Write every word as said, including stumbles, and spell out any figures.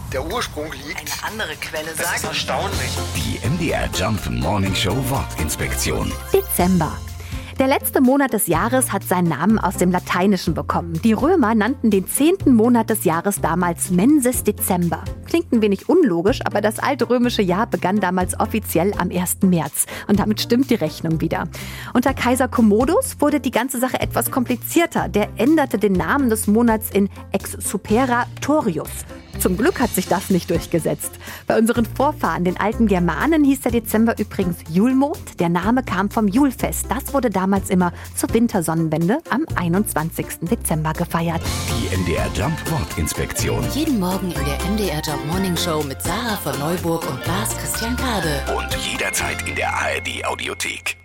der Ursprung liegt. Eine andere Quelle Das sagt... ist erstaunlich. Die M D R Jump Morning Show Wortinspektion. Dezember. Der letzte Monat des Jahres hat seinen Namen aus dem Lateinischen bekommen. Die Römer nannten den zehnten Monat des Jahres damals Mensis December. Klingt ein wenig unlogisch, aber das alte römische Jahr begann damals offiziell am ersten März. Und damit stimmt die Rechnung wieder. Unter Kaiser Commodus wurde die ganze Sache etwas komplizierter. Der änderte den Namen des Monats in Ex Supera Torius. Zum Glück hat sich das nicht durchgesetzt. Bei unseren Vorfahren, den alten Germanen, hieß der Dezember übrigens Julmond. Der Name kam vom Julfest. Das wurde damals immer zur Wintersonnenwende am einundzwanzigsten Dezember gefeiert. Die M D R Jump Wortinspektion. Jeden Morgen in der M D R Jump Morning Show mit Sarah von Neuburg und Lars Christian Kade. Und jederzeit in der A R D Audiothek.